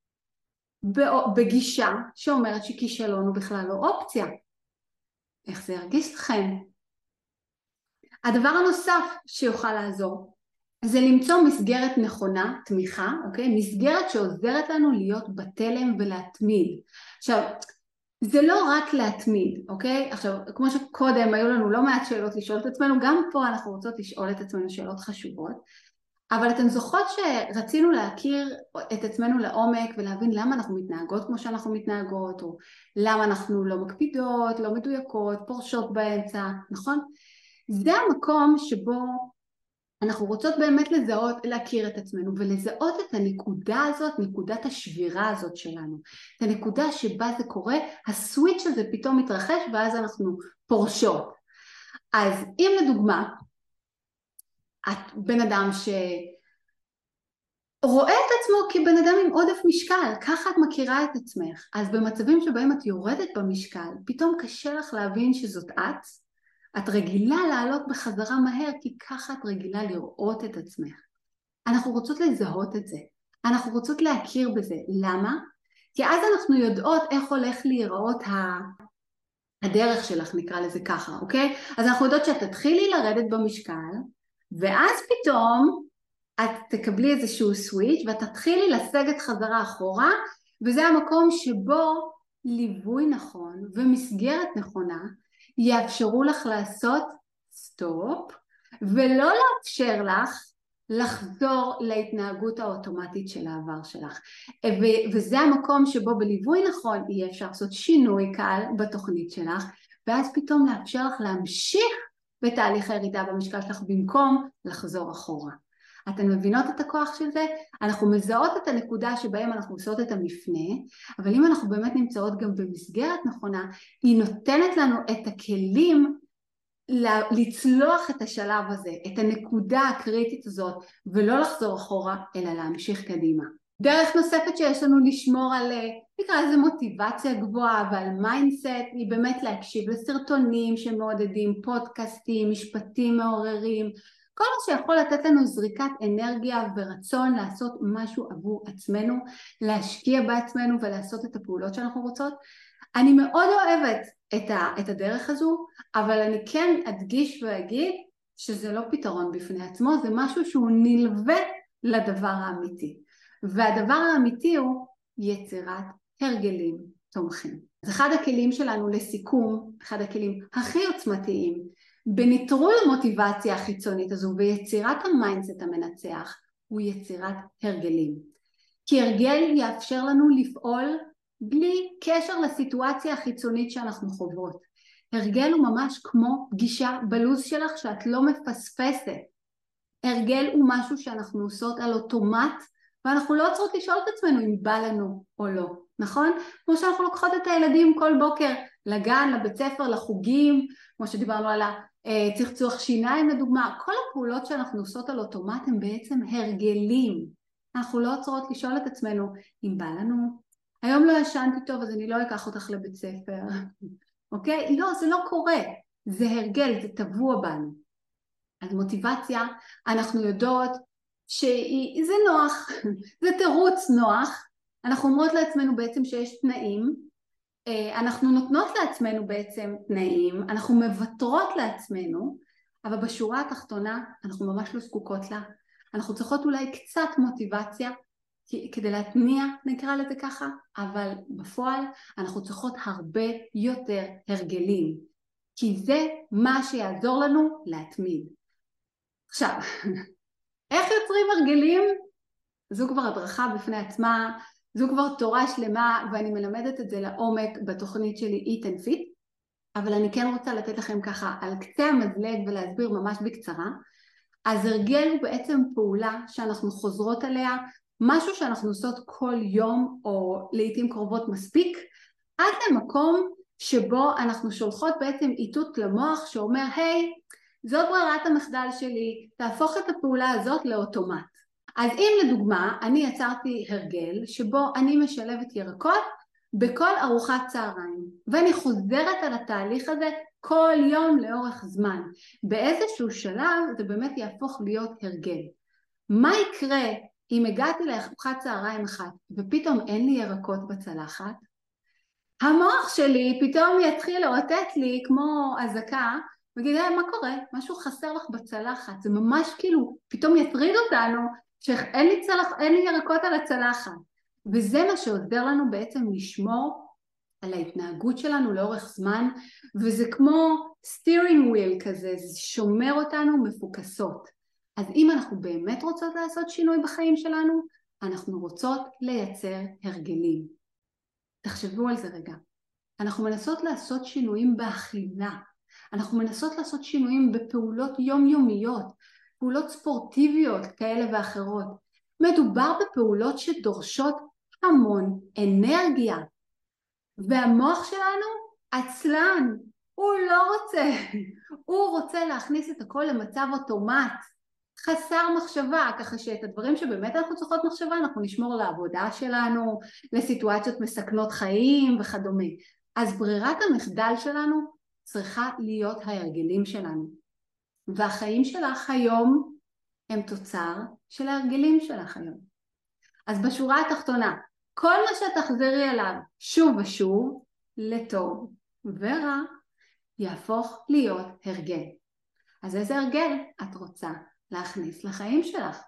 בגישה שאומרת שכישלון הוא בכלל לא אופציה? איך זה ירגיש לכם? הדבר הנוסף שיוכל לעזור, זה למצוא מסגרת נכונה, תמיכה, אוקיי? מסגרת שעוזרת לנו להיות בתלם ולהתמיד. עכשיו, זה לא רק להתמיד, אוקיי? עכשיו, כמו שקודם היו לנו לא מעט שאלות לשאול את עצמנו, גם פה אנחנו רוצות לשאול את עצמנו שאלות חשובות, אבל אתן זוכרות שרצינו להכיר את עצמנו לעומק ולהבין למה אנחנו מתנהגות כמו שאנחנו מתנהגות, או למה אנחנו לא מקפידות, לא מדויקות, פורשות באמצע, נכון? זה המקום שבו אנחנו רוצות באמת לזהות, להכיר את עצמנו ולזהות את הנקודה הזאת, נקודת השבירה הזאת שלנו. את הנקודה שבה זה קורה, הסוויץ' הזה פתאום מתרחש ואז אנחנו פורשות. אז אם לדוגמה, את בן אדם שרואה את עצמו כבן אדם עם עודף משקל, ככה את מכירה את עצמך, אז במצבים שבהם את יורדת במשקל, פתאום קשה לך להבין שזאת את, את רגילה לעלות בחזרה מהר, כי ככה את רגילה לראות את עצמך. אנחנו רוצות לזהות את זה, אנחנו רוצות להכיר בזה. למה? כי אז אנחנו יודעות איך הולך להיראות הדרך שלך, נקרא לזה ככה, אוקיי? אז אנחנו יודעות שאת תתחילי לרדת במשקל, ואז פתאום את תקבלי איזשהו סוויץ' ואת תתחילי לסגת חזרה אחורה, וזה המקום שבו ליווי נכון ומסגרת נכונה יאפשרו לך לעשות סטופ, ולא לאפשר לך לחזור להתנהגות האוטומטית של העבר שלך. ו- וזה המקום שבו בליווי נכון יהיה אפשר לעשות שינוי קל בתוכנית שלך, ואז פתאום לאפשר לך להמשיך בתהליך הירידה במשקל שלך במקום לחזור אחורה. אתן מבינות את הכוח של זה? אנחנו מזהות את הנקודה שבהם אנחנו עושות את המפנה, אבל אם אנחנו באמת נמצאות גם במסגרת נכונה, היא נותנת לנו את הכלים לצלוח את השלב הזה, את הנקודה הקריטית הזאת, ולא לחזור אחורה, אלא להמשיך קדימה. דרך נוספת שיש לנו לשמור על, נקרא לזה מוטיבציה גבוהה ועל מיינדסט, היא באמת להקשיב לסרטונים שמעודדים, פודקאסטים, משפטים מעוררים, כל מה שיכול לתת לנו זריקת אנרגיה ורצון לעשות משהו עבור עצמנו, להשקיע בעצמנו ולעשות את הפעולות שאנחנו רוצות. אני מאוד אוהבת את, ה, את הדרך הזו, אבל אני כן אדגיש ואגיד שזה לא פתרון בפני עצמו, זה משהו שהוא נלווה לדבר האמיתי. והדבר האמיתי הוא יצירת הרגלים תומכים. אז אחד הכלים שלנו לסיכום, אחד הכלים הכי עוצמתיים, בניטרול המוטיבציה החיצונית הזו ויצירת המיינדסט המנצח, הוא יצירת הרגלים. כי הרגל יאפשר לנו לפעול בלי קשר לסיטואציה החיצונית שאנחנו חוברות. הרגל הוא ממש כמו פגישה בלוז שלך שאת לא מפספסת. הרגל הוא משהו שאנחנו עושות על אוטומט, ואנחנו לא צריכות לשאול את עצמנו אם בא לנו או לא, נכון? כמו שאנחנו לוקחות את הילדים כל בוקר לגן, לבית ספר, לחוגים, כמו שדיברנו על צחצוח שיניים לדוגמה, כל הפעולות שאנחנו עושות על אוטומט הם בעצם הרגלים. אנחנו לא צריכות לשאול את עצמנו אם בא לנו, היום לא ישנתי טוב אז אני לא אקח אותך לבית ספר, אוקיי? לא, זה לא קורה, זה הרגל, זה טבוע בנו. אז מוטיבציה, אנחנו יודעות שזה נוח, זה תירוץ נוח, אנחנו אומרות לעצמנו בעצם שיש תנאים, אנחנו נותנות לעצמנו בעצם תנאים, אנחנו מבטרות לעצמנו, אבל בשורה התחתונה אנחנו ממש לא זקוקות לה, אנחנו צריכות אולי קצת מוטיבציה, כדי להתניע, נקרא לזה ככה, אבל בפועל אנחנו צריכות הרבה יותר הרגלים, כי זה מה שיעזור לנו להתמיד. עכשיו, איך יוצרים הרגלים? זו כבר הדרכה בפני עצמה, זו כבר תורה שלמה, ואני מלמדת את זה לעומק בתוכנית שלי Eat and Fit, אבל אני כן רוצה לתת לכם ככה על קצה המזלג ולהסביר ממש בקצרה. אז הרגל הוא בעצם פעולה שאנחנו חוזרות עליה משהו שאנחנו עושות כל יום או לעתים קרובות מספיק, עד למקום שבו אנחנו שולחות בעצם איתות למוח שאומר, היי, זאת ברירת המחדל שלי, תהפוך את הפעולה הזאת לאוטומט. אז אם לדוגמה אני יצרתי הרגל שבו אני משלבת ירקות בכל ארוחת צהריים, ואני חוזרת על התהליך הזה כל יום לאורך זמן, באיזשהו שלב זה באמת יהפוך להיות הרגל. מה יקרה אם הגעתי לארוחת צהריים אחת ופתאום אין לי ירקות בצלחת? המוח שלי פתאום יתחיל לאותת לי כמו אזעקה, וגיד, מה קורה? משהו חסר לך בצלחת. זה ממש כאילו, פתאום יטריד אותנו שאין לי, צלח, אין לי ירקות על הצלחת. וזה מה שעוזר לנו בעצם לשמור על ההתנהגות שלנו לאורך זמן, וזה כמו steering wheel כזה, זה שומר אותנו מפוקסות. אז אם אנחנו באמת רוצות לעשות שינוי בחיים שלנו, אנחנו רוצות לייצר הרגלים. תחשבו על זה רגע. אנחנו מנסות לעשות שינויים באכילה, אנחנו מנסות לעשות שינויים בפעולות יומיומיות, פעולות ספורטיביות כאלה ואחרות. מדובר בפעולות שדורשות המון אנרגיה. והמוח שלנו עצלן, הוא לא רוצה, הוא רוצה להכניס את הכל למצב אוטומט, חסר מחשבה, ככה שאת הדברים שבאמת אנחנו צריכות מחשבה, אנחנו נשמור לעבודה שלנו, לסיטואציות מסכנות חיים וכדומה. אז ברירת המחדל שלנו צריכה להיות ההרגלים שלנו. והחיים שלך היום הם תוצר של ההרגלים שלך היום. אז בשורה התחתונה, כל מה שתחזרי עליו שוב ושוב, לטוב ורע, יהפוך להיות הרגל. אז איזה הרגל את רוצה להכניס לחיים שלך?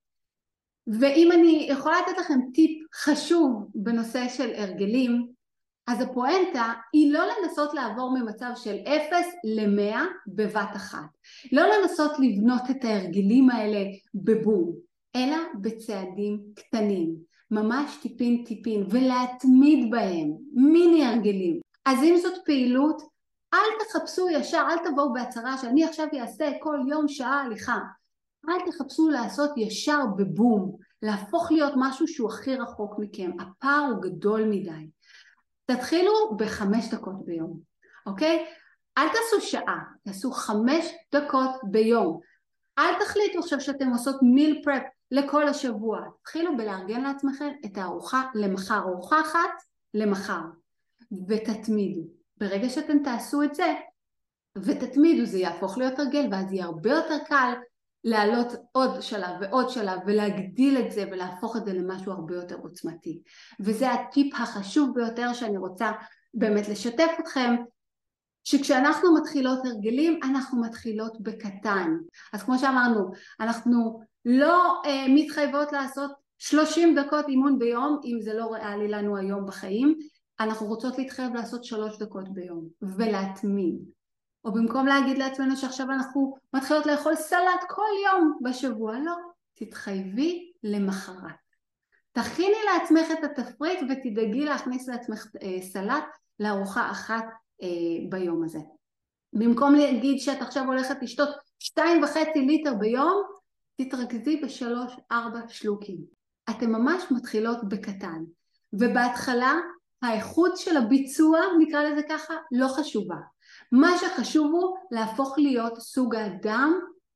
ואם אני יכולה לתת לכם טיפ חשוב בנושא של הרגלים, אז הפואנטה היא לא לנסות לעבור ממצב של אפס למאה בבת אחת. לא לנסות לבנות את ההרגלים האלה בבום, אלא בצעדים קטנים, ממש טיפין טיפין, ולהתמיד בהם, מיני הרגלים. אז אם זאת פעילות, אל תחפשו ישר, אל תבואו בהצהרה שאני עכשיו אעשה כל יום שעה הליכה. אל תחפשו לעשות ישר בבום, להפוך להיות משהו שהוא הכי רחוק מכם. הפער הוא גדול מדי. תתחילו בחמש דקות ביום, אוקיי? אל תעשו שעה, תעשו חמש דקות ביום. אל תחליטו עכשיו שאתם עושות מיל פרפ לכל השבוע. תתחילו בלארגן לעצמכם את הארוחה למחר, ארוחה אחת למחר, ותתמידו. ברגע שאתם תעשו את זה, ותתמידו, זה יהפוך להיות הרגל, ואז יהיה הרבה יותר קל לעלות עוד שלב ועוד שלב, ולהגדיל את זה, ולהפוך את זה למשהו הרבה יותר עוצמתי. וזה הטיפ החשוב ביותר שאני רוצה באמת לשתף אתכם, שכשאנחנו מתחילות הרגלים, אנחנו מתחילות בקטן. אז כמו שאמרנו, אנחנו לא אה, מתחייבות לעשות שלושים דקות אימון ביום, אם זה לא ריאלי לנו היום בחיים, אנחנו רוצות להתחייב לעשות שלוש דקות ביום, ולהתמיד. או במקום להגיד לעצמנו שעכשיו אנחנו מתחילות לאכול סלט כל יום בשבוע, לא, תתחייבי למחרת. תכיני לעצמך את התפריט ותדאגי להכניס לעצמך אה, סלט לארוחה אחת אה, ביום הזה. במקום להגיד שאת עכשיו הולכת לשתות שתיים וחצי ליטר ביום, תתרכזי בשלוש ארבע שלוקים. אתם ממש מתחילות בקטן, ובהתחלה האיכות של הביצוע, נקרא לזה ככה, לא חשובה. מה שחשוב הוא להפוך להיות סוג האדם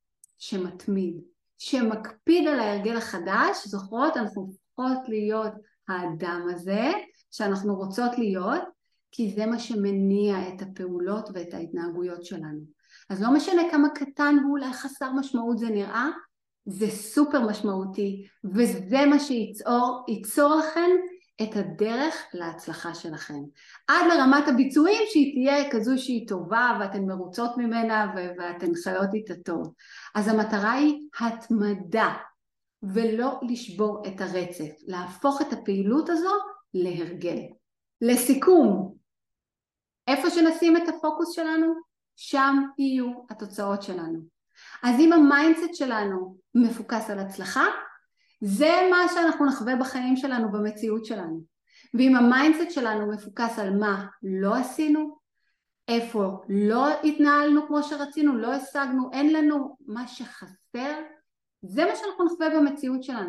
שמתמיד, שמקפיד על ההרגל החדש. זוכרות, אנחנו הופכות להיות האדם הזה שאנחנו רוצות להיות, כי זה מה שמניע את הפעולות ואת ההתנהגויות שלנו. אז לא משנה כמה קטן ואולי חסר משמעות זה נראה, זה סופר משמעותי, וזה מה שייצור, ייצור לכם את הדרך להצלחה שלכם. עד לרמת הביצועים שהיא תהיה כזו שהיא טובה ואתן מרוצות ממנה ואתן חיות איתה טוב. אז המטרה היא התמדה ולא לשבור את הרצף, להפוך את הפעילות הזו להרגל. לסיכום, איפה שנשים את הפוקוס שלנו, שם יהיו התוצאות שלנו. אז אם המיינדסט שלנו מפוקס על הצלחה, זה מה שאנחנו נחווה בחיים שלנו, במציאות שלנו. ואם המיינדסט שלנו מפוקס על מה לא עשינו, איפה לא התנהלנו כמו שרצינו, לא השגנו, אין לנו מה שחסר, זה מה שאנחנו נחווה במציאות שלנו.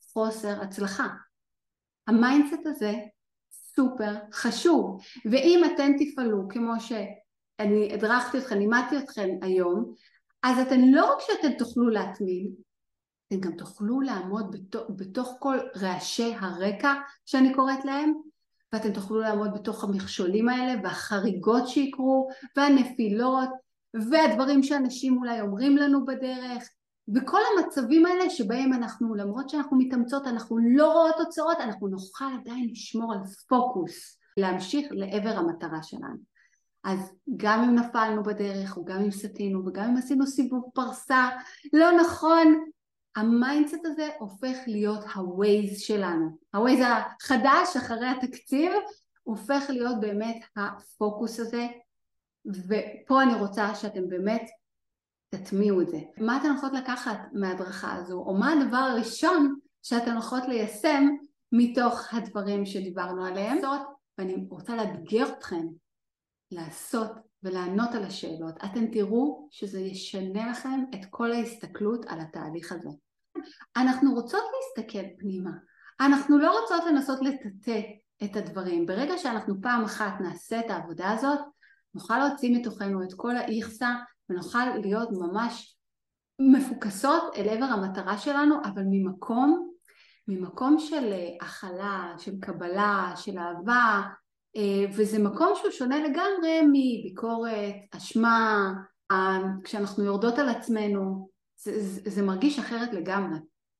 חוסר הצלחה. המיינדסט הזה סופר חשוב, ואם אתן תפעלו כמו שאני הדרכתי אתכם, לימדתי אתכם היום, אז אתן לא רק שאתן תוכלו להתמיד, אתן גם תוכלו לעמוד בתוך, בתוך כל רעשי הרקע שאני קוראת להם, ואתן תוכלו לעמוד בתוך המכשולים האלה והחריגות שיקרו והנפילות והדברים שאנשים אולי אומרים לנו בדרך, וכל המצבים האלה שבהם אנחנו, למרות שאנחנו מתאמצות, אנחנו לא רואות תוצאות, אנחנו נוכל עדיין לשמור על פוקוס, להמשיך לעבר המטרה שלנו. אז גם אם נפלנו בדרך, או גם אם סטינו, וגם אם עשינו סיבוב פרסה, לא נכון, המיינדסט הזה הופך להיות הווייז שלנו. הווייז החדש אחרי התקציב, הופך להיות באמת הפוקוס הזה, ופה אני רוצה שאתם באמת תטמיעו את זה. מה אתן הולכות לקחת מההדרכה הזו, או מה הדבר הראשון שאתן הולכות ליישם מתוך הדברים שדיברנו עליהם? ואני רוצה לאתגר אתכם לעשות ולענות על השאלות. אתם תראו שזה ישנה לכם את כל ההסתכלות על התהליך הזה. אנחנו רוצות להסתכל פנימה. אנחנו לא רוצות לנסות לטאטא את הדברים. ברגע שאנחנו פעם אחת נעשה את העבודה הזאת, נוכל להוציא מתוכנו את כל האיכסה, ונוכל להיות ממש מפוקסות אל עבר המטרה שלנו, אבל ממקום, ממקום של הכלה, של קבלה, של אהבה, וזה מקום שהוא שונה לגמרי מביקורת, אשמה, כשאנחנו יורדות על עצמנו, זה, זה, זה מרגיש אחרת לגמרי.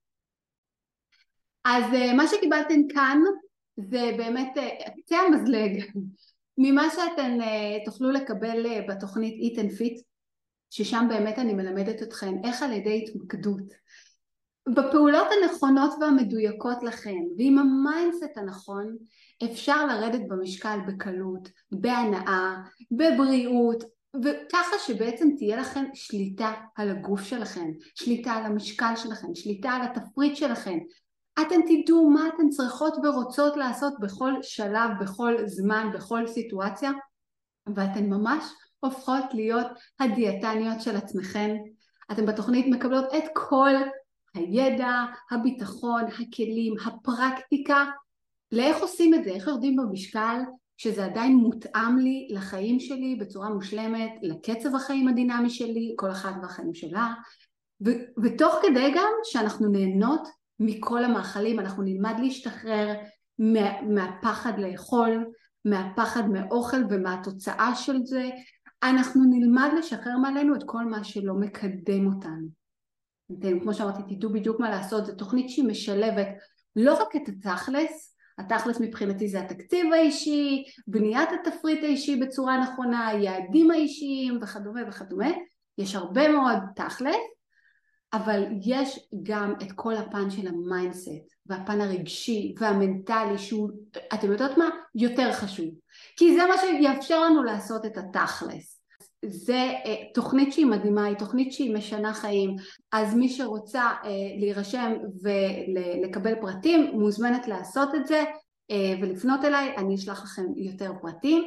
אז מה שקיבלתם כאן זה באמת קצה המזלג ממה שאתן תוכלו לקבל בתוכנית Eat and Fit, ששם באמת אני מלמדת אתכם איך על ידי התמקדות בפעולות הנכונות והמדויקות לכם, ועם המיינדסט הנכון, אפשר לרדת במשקל בקלות, בהנאה, בבריאות, וככה שבעצם תהיה לכם שליטה על הגוף שלכם, שליטה על המשקל שלכם, שליטה על התפריט שלכם. אתן תדעו מה אתן צריכות ורוצות לעשות בכל שלב, בכל זמן, בכל סיטואציה, ואתן ממש הופכות להיות הדיאטניות של עצמכם. אתן בתוכנית מקבלות את כל הידע, הביטחון, הכלים, הפרקטיקה, לאיך עושים את זה, איך יורדים במשקל, שזה עדיין מותאם לי לחיים שלי בצורה מושלמת, לקצב החיים הדינמי שלי, כל אחד והחיים שלה, ו- ותוך כדי גם שאנחנו נהנות מכל המאכלים, אנחנו נלמד להשתחרר מה- מהפחד לאכול, מהפחד מאוכל ומהתוצאה של זה, אנחנו נלמד לשחרר מעלינו את כל מה שלא מקדם אותנו. אתם, כמו שאמרתי, תדעו בדיוק מה לעשות, זו תוכנית שהיא משלבת לא רק את התכלס, התכלס מבחינתי זה התקציב האישי, בניית התפריט האישי בצורה נכונה, היעדים האישיים וכדומה וכדומה, יש הרבה מאוד תכלס, אבל יש גם את כל הפן של המיינדסט, והפן הרגשי והמנטלי, שהוא, אתם יודעות מה? יותר חשוב, כי זה מה שיאפשר לנו לעשות את התכלס. זה תוכנית שהיא מדהימה, היא תוכנית שהיא משנה חיים, אז מי שרוצה להירשם ולקבל פרטים מוזמנת לעשות את זה ולפנות אליי, אני אשלח לכם יותר פרטים.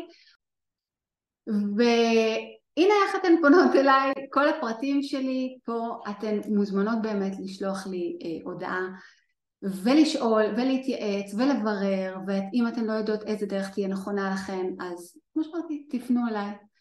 והנה איך אתן פונות אליי, כל הפרטים שלי פה, אתן מוזמנות באמת לשלוח לי הודעה ולשאול ולהתייעץ ולברר, ואם אתן לא יודעות איזה דרך תהיה נכונה לכם, אז כמו שאמרתי, תפנו אליי.